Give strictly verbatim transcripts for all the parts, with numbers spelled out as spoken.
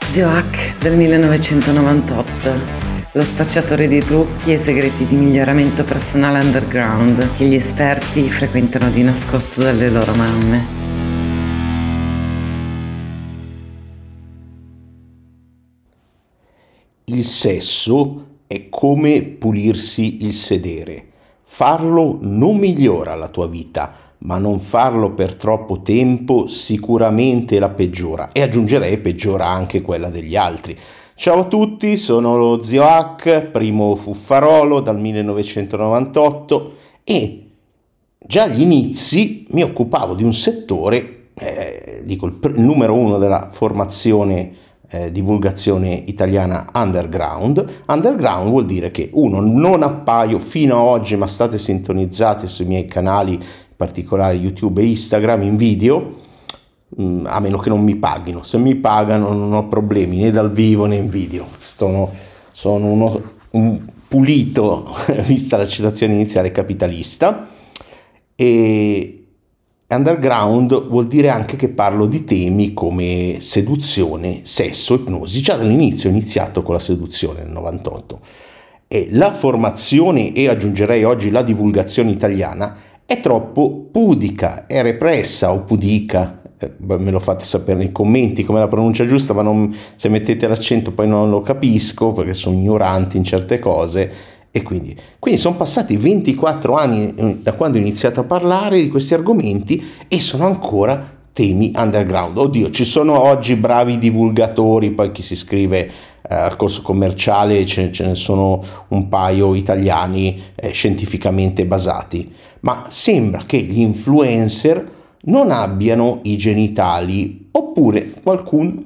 Zio Hack del millenovecentonovantotto, lo spacciatore di trucchi e segreti di miglioramento personale underground che gli esperti frequentano di nascosto dalle loro mamme. Il sesso è come pulirsi il sedere. Farlo non migliora la tua vita, ma non farlo per troppo tempo sicuramente la peggiora, e aggiungerei peggiora anche quella degli altri. Ciao a tutti, sono lo Zio Hack, primo fuffarolo dal millenovecentonovantotto, e già agli inizi mi occupavo di un settore, eh, dico il, pr- il numero uno della formazione eh, divulgazione italiana underground. Underground vuol dire che uno, non appaio fino a oggi, ma state sintonizzati sui miei canali, in particolare YouTube e Instagram, in video, mh, a meno che non mi paghino. Se mi pagano non ho problemi né dal vivo né in video. Sono, sono uno, un pulito, vista la citazione iniziale, capitalista. E underground vuol dire anche che parlo di temi come seduzione, sesso, ipnosi. Già dall'inizio ho iniziato con la seduzione nel novantotto, e la formazione, e aggiungerei oggi la divulgazione italiana, è troppo pudica, è repressa o pudica, eh, me lo fate sapere nei commenti come la pronuncia giusta, ma non, se mettete l'accento poi non lo capisco perché sono ignoranti in certe cose. E quindi, quindi sono passati ventiquattro anni da quando ho iniziato a parlare di questi argomenti e sono ancora temi underground. Oddio, ci sono oggi bravi divulgatori, poi chi si iscrive eh, al corso commerciale ce, ce ne sono un paio italiani eh, scientificamente basati, ma sembra che gli influencer non abbiano i genitali, oppure qualcuno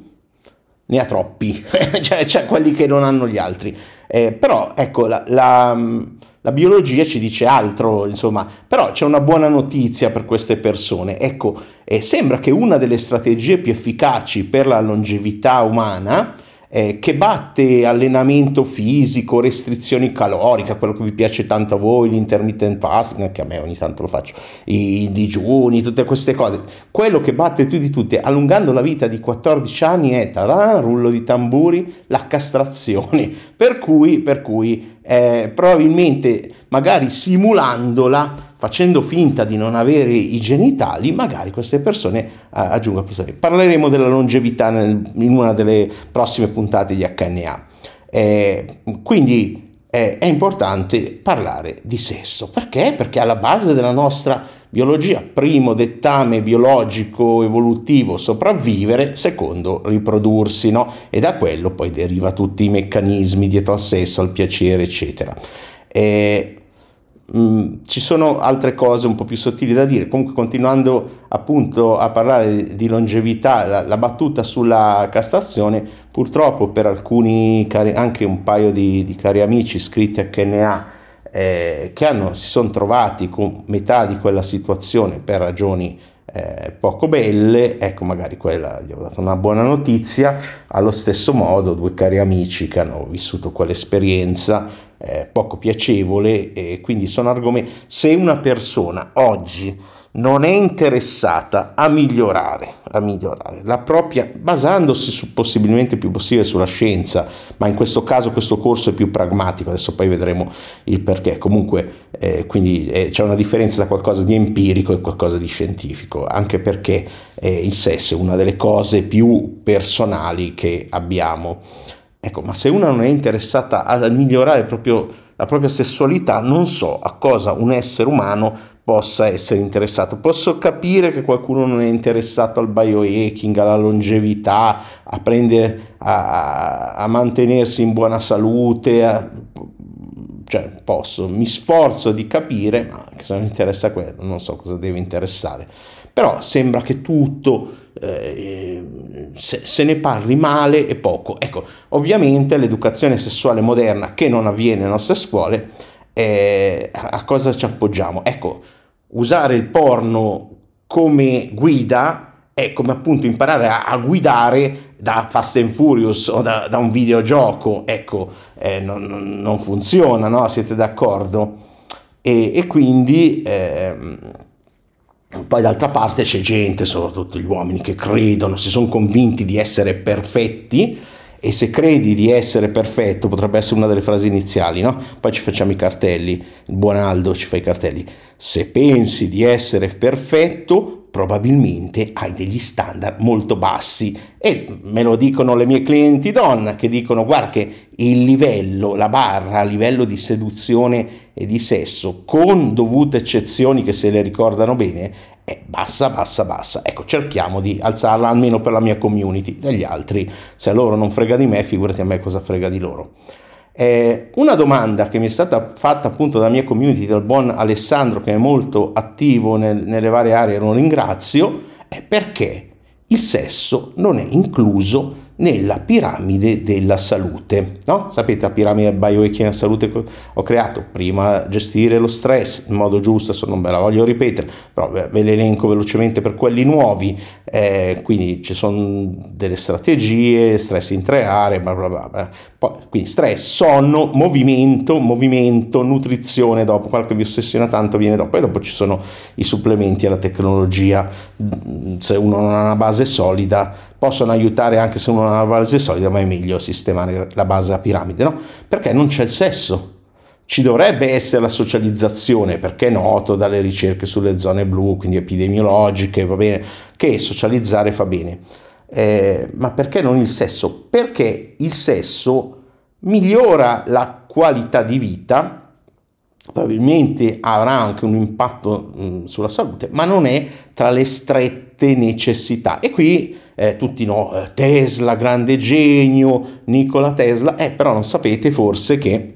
ne ha troppi, cioè, cioè quelli che non hanno gli altri. Eh, però ecco, la, la, la biologia ci dice altro, insomma, però c'è una buona notizia per queste persone. Ecco, eh, sembra che una delle strategie più efficaci per la longevità umana, eh, che batte allenamento fisico, restrizioni caloriche, quello che vi piace tanto a voi, l'intermittent fasting, anche a me ogni tanto lo faccio, i digiuni, tutte queste cose, quello che batte più di tutte, allungando la vita di quattordici anni, è tarà, rullo di tamburi, la castrazione. Per cui, per cui eh, probabilmente, magari simulandola, facendo finta di non avere i genitali, magari queste persone eh, aggiungono. Parleremo della longevità nel, in una delle prossime puntate di acca enne a. Eh, quindi eh, è importante parlare di sesso. Perché? Perché alla base della nostra biologia, primo dettame biologico evolutivo, sopravvivere, secondo riprodursi, no? E da quello poi deriva tutti i meccanismi dietro al sesso, al piacere, eccetera. Eh, Mm, ci sono altre cose un po' più sottili da dire. Comunque, continuando appunto a parlare di longevità, la, la battuta sulla castrazione, purtroppo per alcuni cari, anche un paio di, di cari amici iscritti a acca enne a, eh, che hanno, si sono trovati con metà di quella situazione per ragioni eh, poco belle, ecco, magari quella gli ho dato una buona notizia. Allo stesso modo, due cari amici che hanno vissuto quell'esperienza Eh, poco piacevole, e quindi sono argomenti. Se una persona oggi non è interessata a migliorare, a migliorare la propria, basandosi su, possibilmente più possibile sulla scienza, ma in questo caso questo corso è più pragmatico, adesso poi vedremo il perché. Comunque eh, quindi eh, c'è una differenza tra qualcosa di empirico e qualcosa di scientifico, anche perché eh, il sesso è una delle cose più personali che abbiamo. Ecco, ma se una non è interessata a migliorare proprio la propria sessualità, non so a cosa un essere umano possa essere interessato. Posso capire che qualcuno non è interessato al biohacking, alla longevità, a prendere, a, a mantenersi in buona salute, a, cioè posso, mi sforzo di capire, ma se non interessa quello, non so cosa deve interessare. Però sembra che tutto eh, se, se ne parli male e poco. Ecco, ovviamente l'educazione sessuale moderna, che non avviene nelle nostre scuole, eh, a cosa ci appoggiamo? Ecco, usare il porno come guida è come appunto imparare a, a guidare da Fast and Furious o da, da un videogioco. Ecco, eh, non, non funziona, no? Siete d'accordo? E, e quindi... Eh, Poi d'altra parte c'è gente, soprattutto gli uomini, che credono, si sono convinti di essere perfetti, e se credi di essere perfetto, potrebbe essere una delle frasi iniziali, no? Poi ci facciamo i cartelli, il buon Aldo ci fa i cartelli. Se pensi di essere perfetto, probabilmente hai degli standard molto bassi, e me lo dicono le mie clienti donna, che dicono: guarda che il livello, la barra a livello di seduzione e di sesso, con dovute eccezioni che se le ricordano bene, è bassa, bassa, bassa. Ecco, cerchiamo di alzarla almeno per la mia community. Degli altri, se a loro non frega di me, figurati a me cosa frega di loro. Eh, una domanda che mi è stata fatta appunto dalla mia community, dal buon Alessandro, che è molto attivo nel, nelle varie aree, lo ringrazio, è perché il sesso non è incluso nella piramide della salute, no? Sapete, la piramide biohacking della salute che ho creato: prima gestire lo stress in modo giusto, adesso non ve la voglio ripetere, però ve l'elenco velocemente per quelli nuovi. Eh, quindi ci sono delle strategie: stress in tre aree, bla bla bla, bla. Poi, quindi stress, sonno, movimento, movimento, nutrizione, dopo quello che vi ossessiona tanto viene dopo, e dopo ci sono i supplementi alla tecnologia. Se uno non ha una base solida, possono aiutare anche se uno non ha una base solida, ma è meglio sistemare la base a piramide, no? Perché non c'è il sesso. Ci dovrebbe essere la socializzazione, perché è noto dalle ricerche sulle zone blu, quindi epidemiologiche, va bene, che socializzare fa bene. Eh, ma perché non il sesso? Perché il sesso migliora la qualità di vita, probabilmente avrà anche un impatto mh, sulla salute, ma non è tra le strette necessità. E qui eh, tutti no, Tesla, grande genio, Nikola Tesla, eh, però non sapete forse che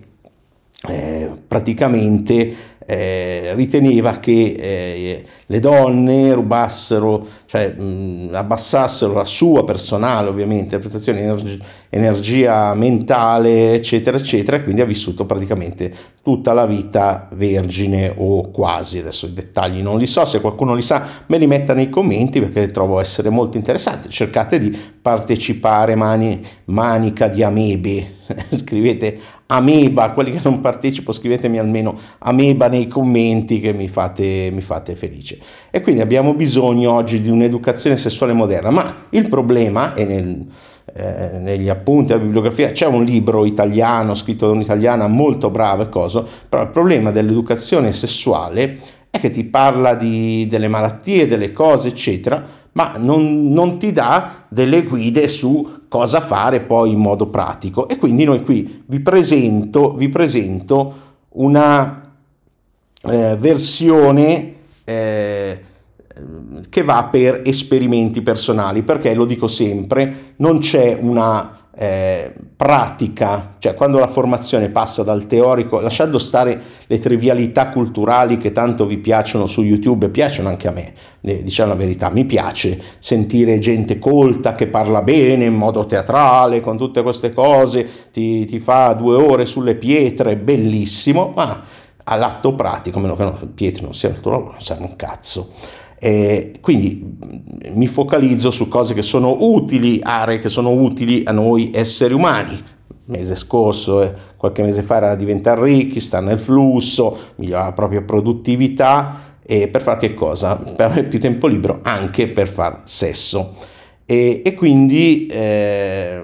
eh, praticamente eh, riteneva che eh, le donne rubassero, cioè mh, abbassassero la sua personale, ovviamente, interpretazione, energia, energia mentale, eccetera, eccetera, e quindi ha vissuto praticamente tutta la vita vergine o quasi. Adesso i dettagli non li so, se qualcuno li sa me li metta nei commenti, perché li trovo essere molto interessanti. Cercate di partecipare, mani, manica di amebe, scrivete ameba, quelli che non partecipo scrivetemi almeno ameba nei commenti, che mi fate, mi fate felice. E quindi abbiamo bisogno oggi di un'educazione sessuale moderna, ma il problema è nel, eh, negli appunti alla bibliografia c'è un libro italiano scritto da un'italiana molto brava e cosa, però il problema dell'educazione sessuale è che ti parla di, delle malattie, delle cose eccetera, ma non, non ti dà delle guide su cosa fare poi in modo pratico. E quindi noi qui vi presento, vi presento una eh, versione eh, che va per esperimenti personali, perché lo dico sempre, non c'è una eh, pratica, cioè quando la formazione passa dal teorico, lasciando stare le trivialità culturali che tanto vi piacciono su YouTube, piacciono anche a me, diciamo la verità, mi piace sentire gente colta che parla bene in modo teatrale, con tutte queste cose, ti, ti fa due ore sulle pietre, bellissimo, ma all'atto pratico, meno che no, pietre non siano il tuo lavoro, non serve un cazzo. Eh, quindi mi focalizzo su cose che sono utili, aree che sono utili a noi esseri umani. Mese scorso, eh, qualche mese fa, era diventare ricchi, sta nel flusso, migliorare la propria produttività, e per fare che cosa? Per avere più tempo libero, anche per far sesso. E, e quindi eh,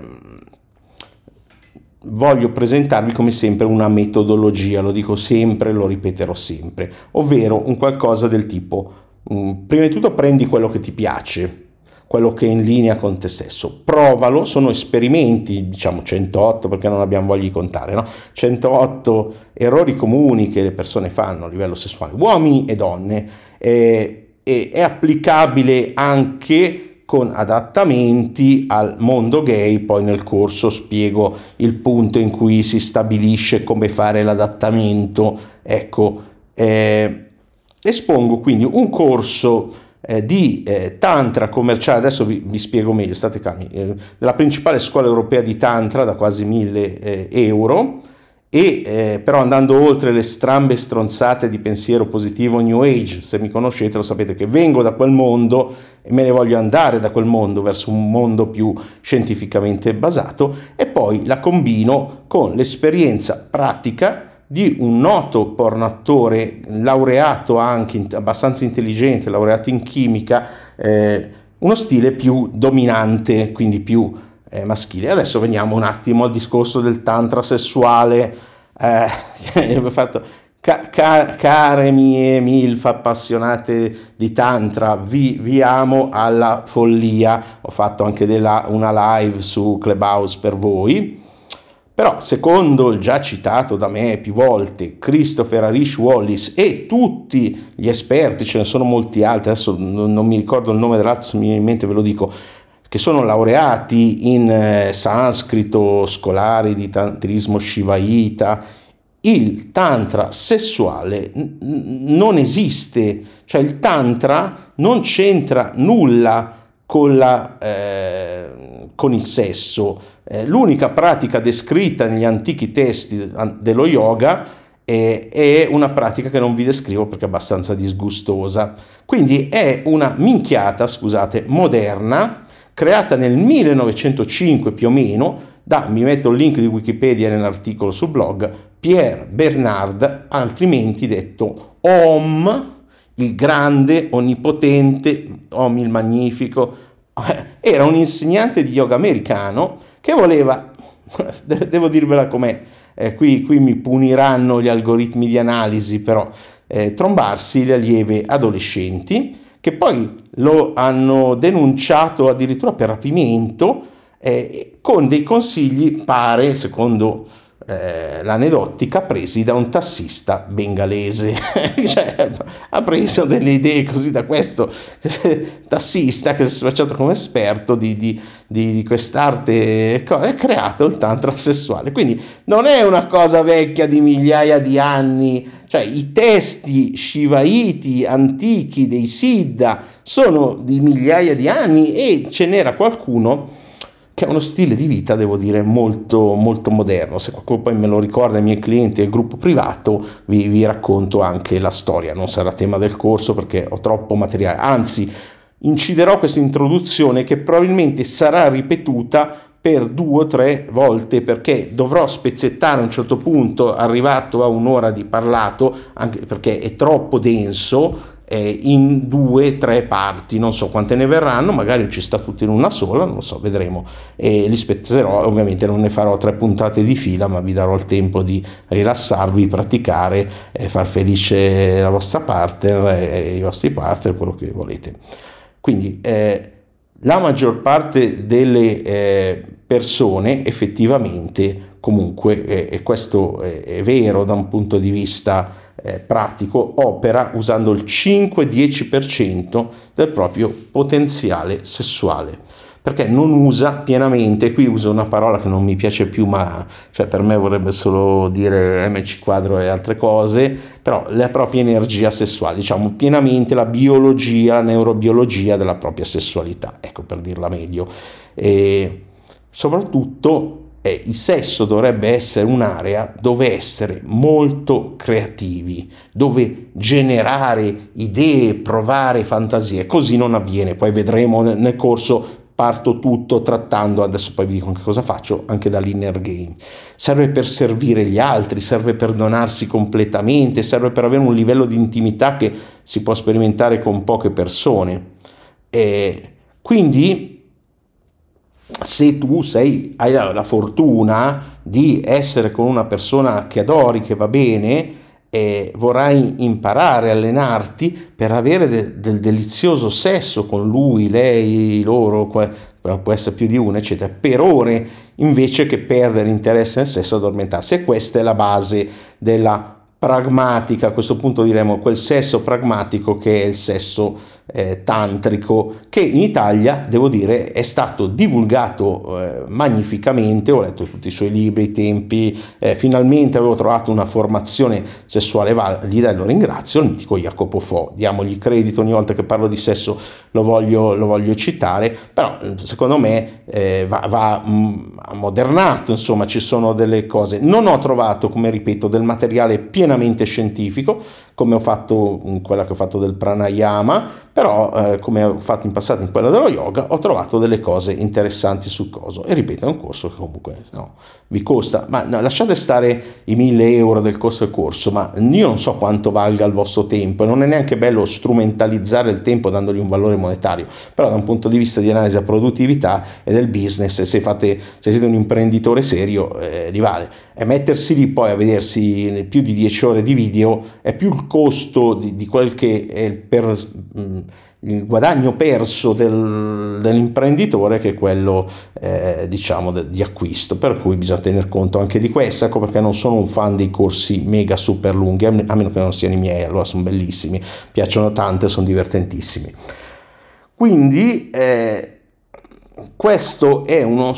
voglio presentarvi come sempre una metodologia, lo dico sempre, lo ripeterò sempre, ovvero un qualcosa del tipo: prima di tutto prendi quello che ti piace, quello che è in linea con te stesso, provalo, sono esperimenti, diciamo centootto, perché non abbiamo voglia di contare, no? centootto errori comuni che le persone fanno a livello sessuale, uomini e donne, e, e è applicabile anche con adattamenti al mondo gay. Poi nel corso spiego il punto in cui si stabilisce come fare l'adattamento. Ecco, eh, espongo quindi un corso eh, di eh, tantra commerciale, adesso vi, vi spiego meglio, state calmi, eh, della principale scuola europea di tantra da quasi mille eh, euro, e eh, però andando oltre le strambe stronzate di pensiero positivo New Age. Se mi conoscete lo sapete che vengo da quel mondo e me ne voglio andare da quel mondo verso un mondo più scientificamente basato, e poi la combino con l'esperienza pratica di un noto pornoattore, laureato anche, abbastanza intelligente, laureato in chimica, eh, uno stile più dominante, quindi più eh, maschile. Adesso veniamo un attimo al discorso del tantra sessuale. Eh, ho fatto, ca- ca- care mie milf appassionate di tantra, vi, vi amo alla follia. Ho fatto anche della, una live su Clubhouse per voi. Però secondo il già citato da me più volte Christopher Harish Wallis e tutti gli esperti, ce ne sono molti altri, adesso non, non mi ricordo il nome dell'altro, se mi viene in mente ve lo dico, che sono laureati in eh, sanscrito, scolari di tantrismo shivaita, il tantra sessuale n- non esiste, cioè il tantra non c'entra nulla con, la, eh, con il sesso. Eh, l'unica pratica descritta negli antichi testi dello yoga è, è una pratica che non vi descrivo perché è abbastanza disgustosa. Quindi è una minchiata, scusate, moderna, creata nel millenovecentocinque più o meno da, mi metto il link di Wikipedia nell'articolo sul blog, Pierre Bernard, altrimenti detto Om, il grande, onnipotente, Om il magnifico. Era un insegnante di yoga americano che voleva, devo dirvela com'è, eh, qui, qui mi puniranno gli algoritmi di analisi, però eh, trombarsi le allieve adolescenti, che poi lo hanno denunciato addirittura per rapimento, eh, con dei consigli, pare, secondo eh, l'aneddotica, presi da un tassista bengalese. Cioè, ha preso delle idee così da questo tassista che si è facciato come esperto di, di, di, di quest'arte e ha creato il tantra sessuale. Quindi non è una cosa vecchia di migliaia di anni, cioè i testi shivaiti antichi dei Siddha sono di migliaia di anni e ce n'era qualcuno che ha uno stile di vita, devo dire, molto, molto moderno. Se qualcuno poi me lo ricorda, i miei clienti e il gruppo privato, vi, vi racconto anche la storia. Non sarà tema del corso perché ho troppo materiale, anzi inciderò questa introduzione che probabilmente sarà ripetuta per due o tre volte, perché dovrò spezzettare a un certo punto, arrivato a un'ora di parlato, anche perché è troppo denso, eh, in due o tre parti. Non so quante ne verranno, magari ci sta tutto in una sola, non so, vedremo, e li spezzerò. Ovviamente non ne farò tre puntate di fila, ma vi darò il tempo di rilassarvi, praticare e far felice la vostra partner e i vostri partner, quello che volete. Quindi eh, la maggior parte delle eh, persone effettivamente, comunque, eh, e questo è, è vero da un punto di vista eh, pratico, opera usando il cinque-dieci per cento del proprio potenziale sessuale, perché non usa pienamente, qui uso una parola che non mi piace più, ma cioè per me vorrebbe solo dire M C quadro e altre cose, però la propria energia sessuale, diciamo pienamente la biologia, la neurobiologia della propria sessualità, ecco, per dirla meglio. E soprattutto eh, il sesso dovrebbe essere un'area dove essere molto creativi, dove generare idee, provare fantasie. Così non avviene, poi vedremo nel, nel corso. Parto tutto trattando, adesso poi vi dico anche cosa faccio, anche dall'inner game. Serve per servire gli altri, serve per donarsi completamente, serve per avere un livello di intimità che si può sperimentare con poche persone. E quindi se tu sei, hai la, la fortuna di essere con una persona che adori, che va bene, e vorrai imparare, allenarti per avere de, del delizioso sesso con lui, lei, loro, può essere più di uno, eccetera, per ore, invece che perdere interesse nel sesso e addormentarsi. E questa è la base della pragmatica, a questo punto diremo quel sesso pragmatico che è il sesso eh, tantrico, che in Italia, devo dire, è stato divulgato eh, magnificamente. Ho letto tutti i suoi libri, i tempi, eh, finalmente avevo trovato una formazione sessuale valida e lo ringrazio, il mitico Jacopo Fo. Diamogli credito, ogni volta che parlo di sesso lo voglio, lo voglio citare, però secondo me eh, va, va mh, ammodernato, insomma ci sono delle cose. Non ho trovato, come ripeto, del materiale pienamente scientifico, come ho fatto in quella che ho fatto del pranayama, però eh, come ho fatto in passato in quella dello yoga, ho trovato delle cose interessanti sul coso. E ripeto, è un corso che comunque no, vi costa, ma no, lasciate stare i mille euro del costo del corso, ma io non so quanto valga il vostro tempo, e non è neanche bello strumentalizzare il tempo dandogli un valore monetario, però da un punto di vista di analisi della produttività e del business, se, fate, se siete un imprenditore serio, eh, li vale. E mettersi lì poi a vedersi più di dieci ore di video è più il costo di, di quel che è il, per, mh, il guadagno perso del, dell'imprenditore che quello eh, diciamo de, di acquisto, per cui bisogna tener conto anche di questo. Ecco perché non sono un fan dei corsi mega super lunghi, a meno che non siano i miei, allora sono bellissimi, piacciono tanto e sono divertentissimi. Quindi eh, questo è uno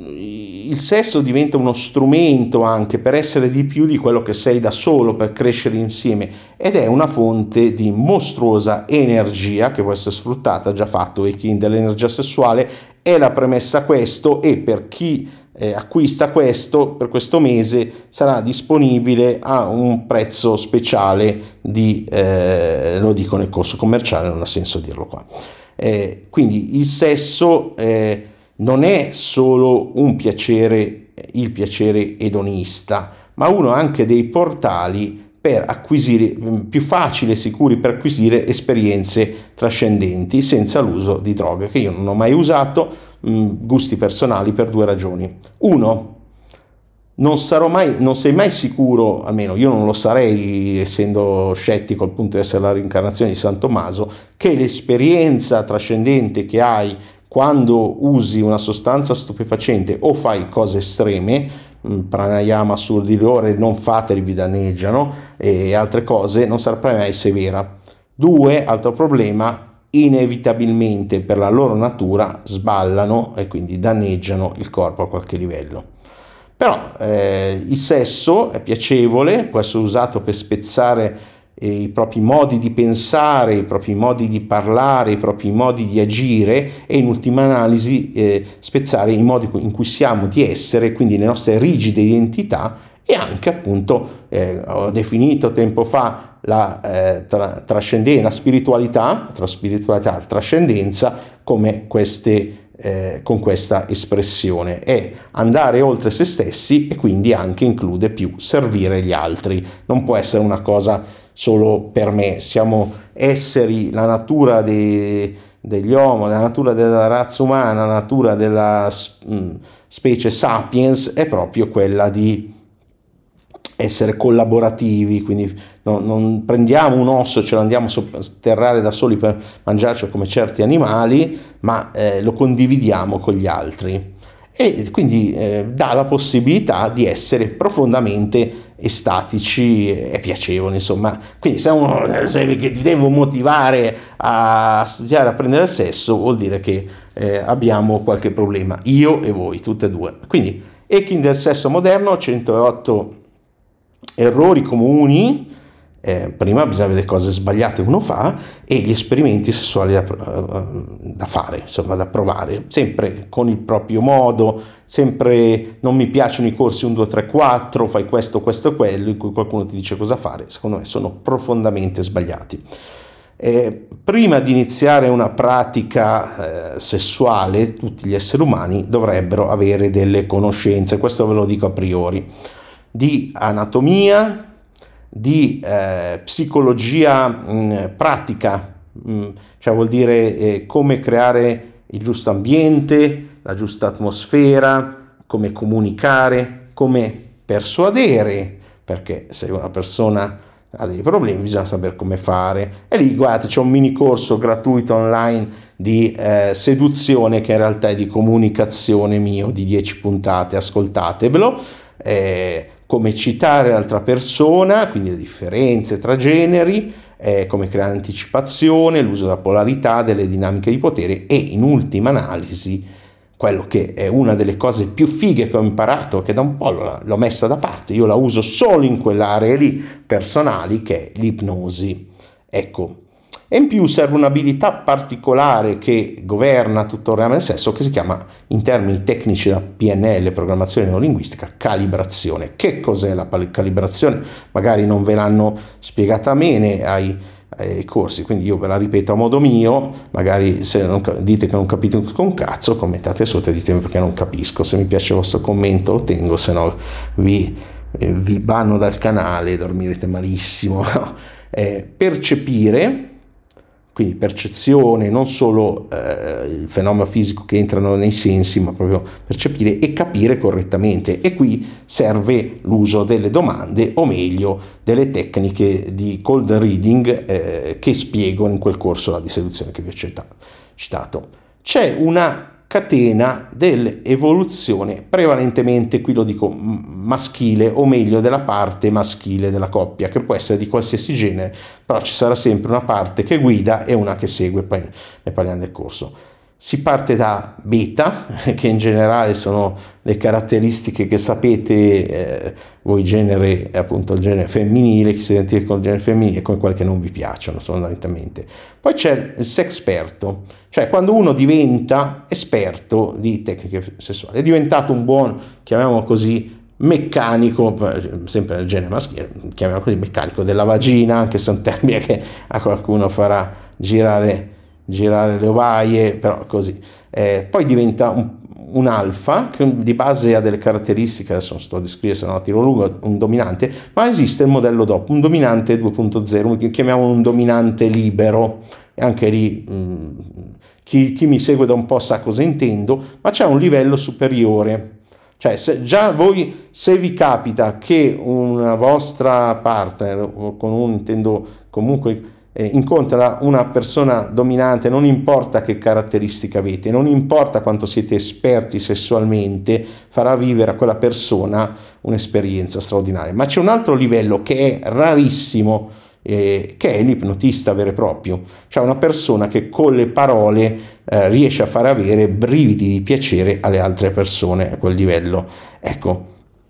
il sesso diventa uno strumento anche per essere di più di quello che sei da solo, per crescere insieme, ed è una fonte di mostruosa energia che può essere sfruttata. Già fatto Hacking dell'energia sessuale è la premessa a questo, e per chi eh, acquista questo per questo mese sarà disponibile a un prezzo speciale di eh, lo dico nel corso commerciale, non ha senso dirlo qua. Eh, quindi il sesso eh, non è solo un piacere, il piacere edonista, ma uno anche dei portali per acquisire, più facili e sicuri per acquisire esperienze trascendenti senza l'uso di droghe, che io non ho mai usato, mh, gusti personali, per due ragioni. Uno, non sarò mai, non sei mai sicuro, almeno io non lo sarei, essendo scettico al punto di essere la reincarnazione di San Tommaso, che l'esperienza trascendente che hai quando usi una sostanza stupefacente o fai cose estreme, pranayama, assurdi ore, non fateli, vi danneggiano, e altre cose, non sarà mai severa. Due, altro problema, inevitabilmente per la loro natura sballano e quindi danneggiano il corpo a qualche livello. Però eh, il sesso è piacevole, può essere usato per spezzare i propri modi di pensare, i propri modi di parlare, i propri modi di agire, e in ultima analisi eh, spezzare i modi in cui siamo di essere, quindi le nostre rigide identità, e anche appunto eh, ho definito tempo fa la eh, tra, trascendenza, la spiritualità, tra spiritualità e trascendenza, come queste Eh, con questa espressione, è andare oltre se stessi, e quindi anche include più servire gli altri. Non può essere una cosa solo per me, siamo esseri, la natura dei, degli uomini, la natura della razza umana, la natura della mh, specie sapiens è proprio quella di essere collaborativi, quindi non, non prendiamo un osso, ce lo andiamo a sotterrare da soli per mangiarci come certi animali, ma eh, lo condividiamo con gli altri, e quindi eh, dà la possibilità di essere profondamente estatici e piacevoli, insomma. Quindi se uno se ti devo motivare a studiare, a prendere il sesso, vuol dire che eh, abbiamo qualche problema, io e voi, tutte e due. Quindi Hacking del sesso moderno, centootto errori comuni. Eh, prima bisogna vedere cose sbagliate uno fa, e gli esperimenti sessuali da, da fare, insomma da provare, sempre con il proprio modo, sempre non mi piacciono i corsi uno, due, tre, quattro, fai questo, questo e quello, in cui qualcuno ti dice cosa fare. Secondo me sono profondamente sbagliati. Eh, prima di iniziare una pratica eh, sessuale, tutti gli esseri umani dovrebbero avere delle conoscenze, questo ve lo dico a priori, di anatomia, di eh, psicologia mh, pratica, mh, cioè vuol dire eh, come creare il giusto ambiente, la giusta atmosfera, come comunicare, come persuadere, perché se una persona ha dei problemi bisogna sapere come fare. E lì guardate, c'è un mini corso gratuito online di eh, seduzione, che in realtà è di comunicazione mio, di dieci puntate, ascoltatevelo. Eh, come citare l'altra persona, quindi le differenze tra generi, eh, come creare anticipazione, l'uso della polarità, delle dinamiche di potere, e in ultima analisi quello che è una delle cose più fighe che ho imparato, che da un po' l'ho messa da parte, io la uso solo in quell'area lì personali, che è l'ipnosi. Ecco, E in più serve un'abilità particolare che governa tutto il ramo del sesso, che si chiama, in termini tecnici da P N L, programmazione neurolinguistica, calibrazione. Che cos'è la calibrazione? Magari non ve l'hanno spiegata bene ai, ai corsi, quindi io ve la ripeto a modo mio. Magari se non, dite che non capite un cazzo, commentate sotto e ditemi perché non capisco. Se mi piace il vostro commento lo tengo, se no vi, eh, vi banno dal canale, dormirete malissimo. eh, percepire, quindi percezione, non solo eh, il fenomeno fisico che entrano nei sensi, ma proprio percepire e capire correttamente. E qui serve l'uso delle domande, o meglio delle tecniche di cold reading eh, che spiego in quel corso là di seduzione che vi ho citato. C'è una catena dell'evoluzione prevalentemente, qui lo dico, maschile, o meglio della parte maschile della coppia, che può essere di qualsiasi genere, però ci sarà sempre una parte che guida e una che segue, poi ne parliamo del corso. Si parte da beta, che in generale sono le caratteristiche che sapete eh, voi, genere, appunto il genere femminile, che si identifica con il genere femminile e con quelle che non vi piacciono fondamentalmente. Poi c'è il sexperto, cioè quando uno diventa esperto di tecniche sessuali, è diventato un buon, chiamiamolo così, meccanico, sempre nel genere maschile, chiamiamolo così, meccanico della vagina, anche se è un termine che a qualcuno farà girare girare le ovaie, però così. Eh, poi diventa un, un alfa, che di base ha delle caratteristiche, adesso non sto a descrivere se no tiro lungo, un dominante, ma esiste il modello dopo, un dominante due punto zero, che chiamiamo un dominante libero, e anche lì mh, chi, chi mi segue da un po' sa cosa intendo, ma c'è un livello superiore. Cioè, se già voi, se vi capita che una vostra partner, con un, intendo comunque, Eh, incontra una persona dominante, non importa che caratteristiche avete, non importa quanto siete esperti sessualmente, farà vivere a quella persona un'esperienza straordinaria. Ma c'è un altro livello che è rarissimo, eh, che è l'ipnotista vero e proprio, cioè una persona che con le parole eh, riesce a far avere brividi di piacere alle altre persone a quel livello. Ecco,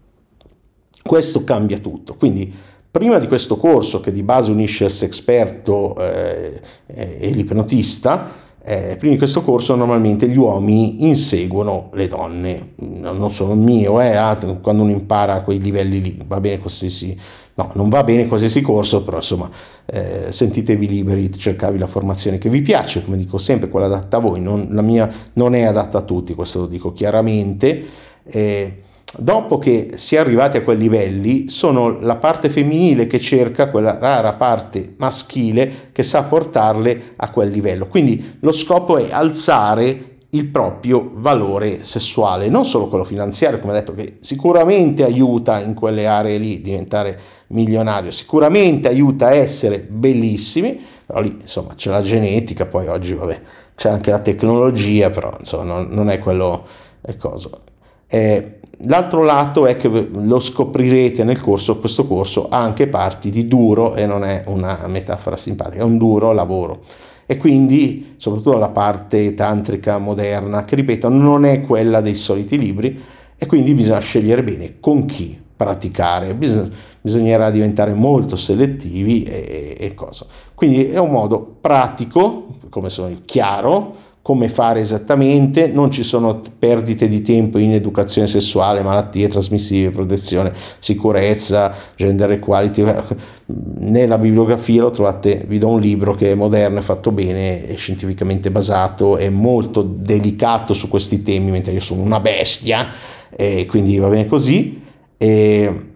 questo cambia tutto. Quindi prima di questo corso, che di base unisce il sexperto eh, e l'ipnotista, eh, prima di questo corso normalmente gli uomini inseguono le donne. Non sono mio, eh, quando uno impara a quei livelli lì, va bene qualsiasi, no, non va bene qualsiasi corso, però insomma eh, sentitevi liberi di cercarvi la formazione che vi piace, come dico sempre, quella adatta a voi, non, la mia non è adatta a tutti, questo lo dico chiaramente. Eh, Dopo che si è arrivati a quei livelli, sono la parte femminile che cerca quella rara parte maschile che sa portarle a quel livello. Quindi lo scopo è alzare il proprio valore sessuale, non solo quello finanziario, come detto, che sicuramente aiuta in quelle aree lì a diventare milionario, sicuramente aiuta a essere bellissimi, però lì insomma c'è la genetica, poi oggi vabbè c'è anche la tecnologia, però insomma non, non è quello è cosa. Eh, L'altro lato è che lo scoprirete nel corso, questo corso ha anche parti di duro, e non è una metafora simpatica, è un duro lavoro. E quindi soprattutto la parte tantrica moderna, che ripeto non è quella dei soliti libri, e quindi bisogna scegliere bene con chi praticare, Bisogn- bisognerà diventare molto selettivi e, e cosa. Quindi è un modo pratico, come sono io, chiaro, come fare esattamente, non ci sono perdite di tempo in educazione sessuale, malattie trasmissive, protezione, sicurezza, gender equality. Nella bibliografia lo trovate, vi do un libro che è moderno, è fatto bene, è scientificamente basato, è molto delicato su questi temi, mentre io sono una bestia, e quindi va bene così. E,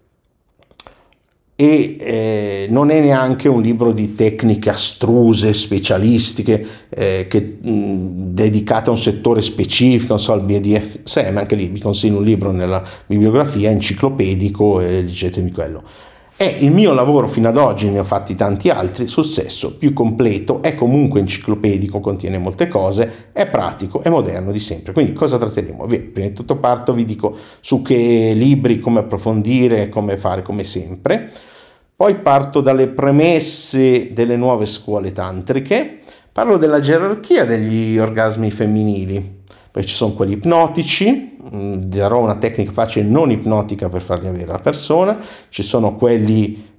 e eh, non è neanche un libro di tecniche astruse, specialistiche, eh, che, mh, dedicate a un settore specifico, non so, al B D S M, anche lì vi consiglio un libro nella bibliografia, enciclopedico, e leggetemi quello. È il mio lavoro fino ad oggi, ne ho fatti tanti altri, sul sesso più completo, è comunque enciclopedico, contiene molte cose, è pratico, è moderno di sempre. Quindi cosa tratteremo? Prima di tutto parto, vi dico su che libri, come approfondire, come fare, come sempre. Poi parto dalle premesse delle nuove scuole tantriche, parlo della gerarchia degli orgasmi femminili. Poi ci sono quelli ipnotici, darò una tecnica facile non ipnotica per farli avere la persona, ci sono quelli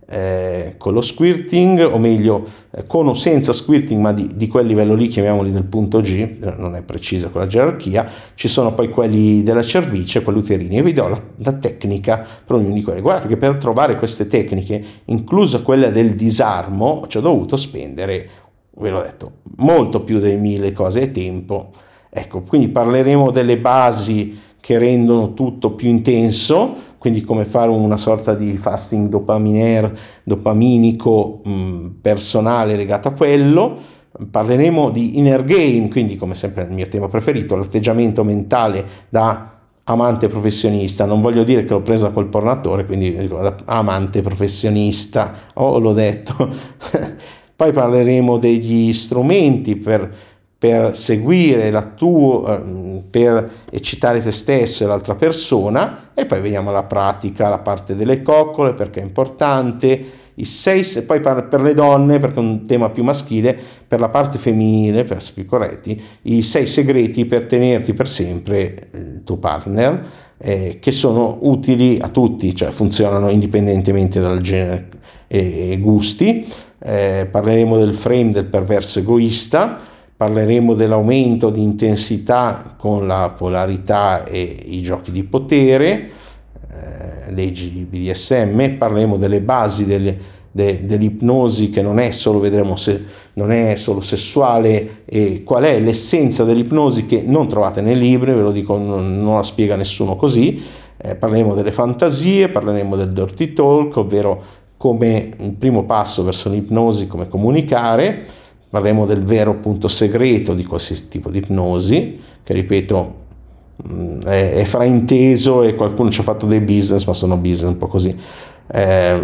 eh, con lo squirting, o meglio eh, con o senza squirting, ma di, di quel livello lì, chiamiamoli del punto G, non è precisa quella gerarchia. Ci sono poi quelli della cervice, quelli uterini, e vi do la, la tecnica per ognuno di quelli. Guardate che per trovare queste tecniche, inclusa quella del disarmo, ci ho dovuto spendere, ve l'ho detto, molto più delle mille cose e tempo. Ecco, quindi parleremo delle basi che rendono tutto più intenso, quindi come fare una sorta di fasting dopaminer, dopaminico mh, personale legato a quello. Parleremo di inner game, quindi come sempre il mio tema preferito, l'atteggiamento mentale da amante professionista. Non voglio dire che l'ho presa col pornatore, quindi dico, da amante professionista, oh, l'ho detto. Poi parleremo degli strumenti per per seguire la tua, per eccitare te stesso e l'altra persona, e poi veniamo alla pratica, la parte delle coccole, perché è importante, i sei, e poi per le donne, perché è un tema più maschile, per la parte femminile, per essere più corretti, i sei segreti per tenerti per sempre il tuo partner, eh, che sono utili a tutti, cioè funzionano indipendentemente dal genere e gusti. Eh, parleremo del frame del perverso egoista. Parleremo dell'aumento di intensità con la polarità e i giochi di potere, eh, leggi B D S M. Parleremo delle basi delle, de, dell'ipnosi, che non è solo, vedremo se non è solo sessuale, e qual è l'essenza dell'ipnosi che non trovate nei libri, ve lo dico, non, non la spiega nessuno così. Eh, parleremo delle fantasie, parleremo del dirty talk, ovvero come il primo passo verso l'ipnosi, come comunicare. Parleremo del vero punto segreto di qualsiasi tipo di ipnosi, che ripeto è, è frainteso, e qualcuno ci ha fatto dei business, ma sono business un po' così. Eh,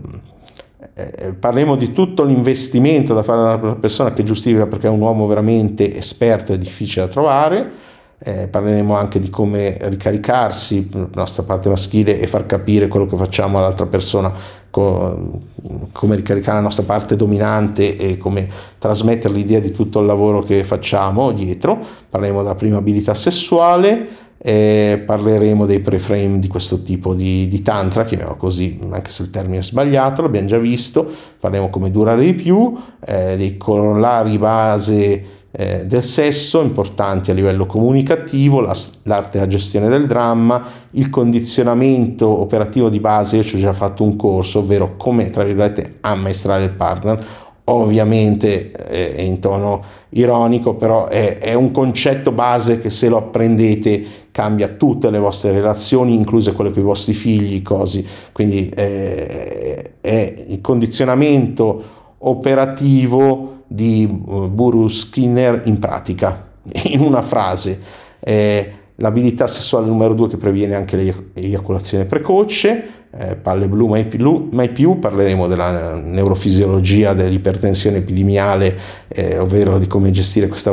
eh, parleremo di tutto l'investimento da fare a una persona che giustifica, perché è un uomo veramente esperto e difficile da trovare. Eh, parleremo anche di come ricaricarsi la nostra parte maschile e far capire quello che facciamo all'altra persona, co- come ricaricare la nostra parte dominante e come trasmettere l'idea di tutto il lavoro che facciamo dietro. Parleremo della prima abilità sessuale, eh, parleremo dei pre-frame di questo tipo di, di tantra, chiamiamolo così, anche se il termine è sbagliato, l'abbiamo già visto. Parleremo come durare di più, eh, dei corollari base Eh, del sesso, importanti a livello comunicativo, la, l'arte della gestione del dramma, il condizionamento operativo di base. Io ci ho già fatto un corso, ovvero come, tra virgolette, ammaestrare il partner. Ovviamente eh, è in tono ironico, però è, è un concetto base che, se lo apprendete, cambia tutte le vostre relazioni, incluse quelle con i vostri figli, così. Quindi eh, è il condizionamento operativo di Buru Skinner in pratica, in una frase. Eh, l'abilità sessuale numero due, che previene anche l'eiaculazione precoce. Eh, palle blu mai più, mai più. Parleremo della neurofisiologia dell'ipertensione epidemiale, eh, ovvero di come gestire questa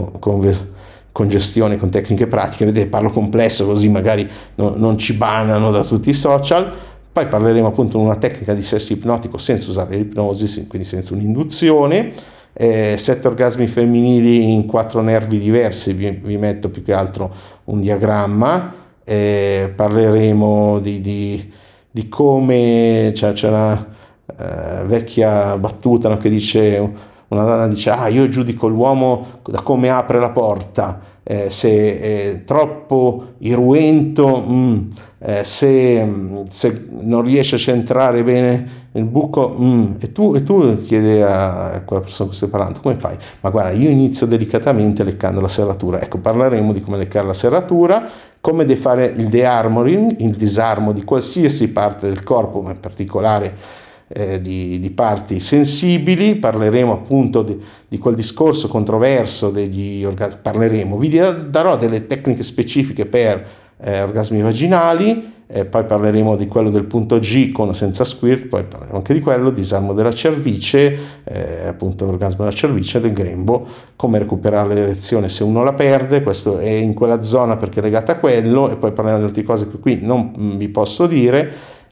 vasocongestione con tecniche pratiche. Vedete, parlo complesso, così magari no, non ci banano da tutti i social. Poi parleremo appunto di una tecnica di sesso ipnotico senza usare l'ipnosi, quindi senza un'induzione. Eh, sette orgasmi femminili in quattro nervi diversi, vi, vi metto più che altro un diagramma. Eh, parleremo di, di, di come, cioè, c'è una eh, vecchia battuta, no, che dice, una donna dice: ah, io giudico l'uomo da come apre la porta, eh, se è troppo irruento, mm, eh, se, se non riesce a centrare bene il buco, mm. e tu, e tu chiedi a quella persona che stai parlando: come fai? Ma guarda, io inizio delicatamente leccando la serratura. Ecco, parleremo di come leccare la serratura, come de fare il de-armoring, il disarmo di qualsiasi parte del corpo, ma in particolare Eh, di, di parti sensibili. Parleremo appunto di, di quel discorso controverso degli orgasmi. Parleremo, vi darò delle tecniche specifiche per eh, orgasmi vaginali, eh, poi parleremo di quello del punto G con o senza squirt, poi parleremo anche di quello, disarmo della cervice, eh, appunto orgasmo della cervice, del grembo, come recuperare l'erezione se uno la perde. Questo è in quella zona perché è legata a quello, e poi parleremo di altre cose che qui non vi posso dire.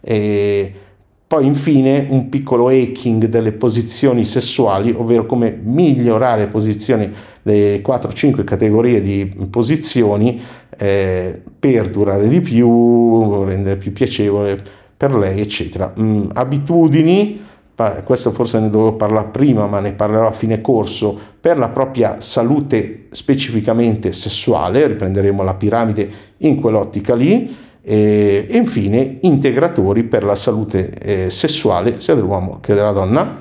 E poi infine un piccolo hacking delle posizioni sessuali, ovvero come migliorare le posizioni, le quattro cinque categorie di posizioni, eh, per durare di più, rendere più piacevole, per lei, eccetera. Mm, abitudini, questo forse ne dovevo parlare prima, ma ne parlerò a fine corso, per la propria salute specificamente sessuale, riprenderemo la piramide in quell'ottica lì, e, e infine integratori per la salute eh, sessuale sia dell'uomo che della donna.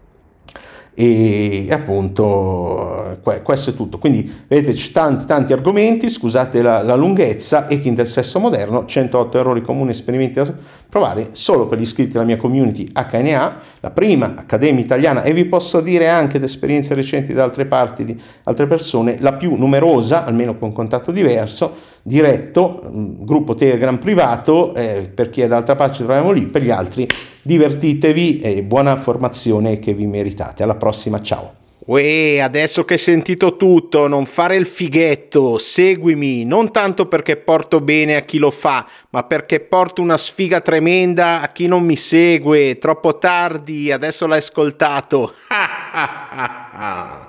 E appunto questo è tutto, quindi vedete c'è tanti tanti argomenti, scusate la, la lunghezza. Hacking del sesso moderno, centootto errori comuni esperimenti da provare, solo per gli iscritti alla mia community H N A, la prima accademia italiana, e vi posso dire anche da esperienze recenti da altre parti di altre persone, la più numerosa, almeno con contatto diverso, diretto, gruppo Telegram privato, eh, per chi è d'altra parte ci troviamo lì, per gli altri divertitevi e buona formazione che vi meritate. Alla prossima, ciao. Uè, adesso che hai sentito tutto, non fare il fighetto, seguimi, non tanto perché porto bene a chi lo fa, ma perché porto una sfiga tremenda a chi non mi segue. Troppo tardi, adesso l'hai ascoltato.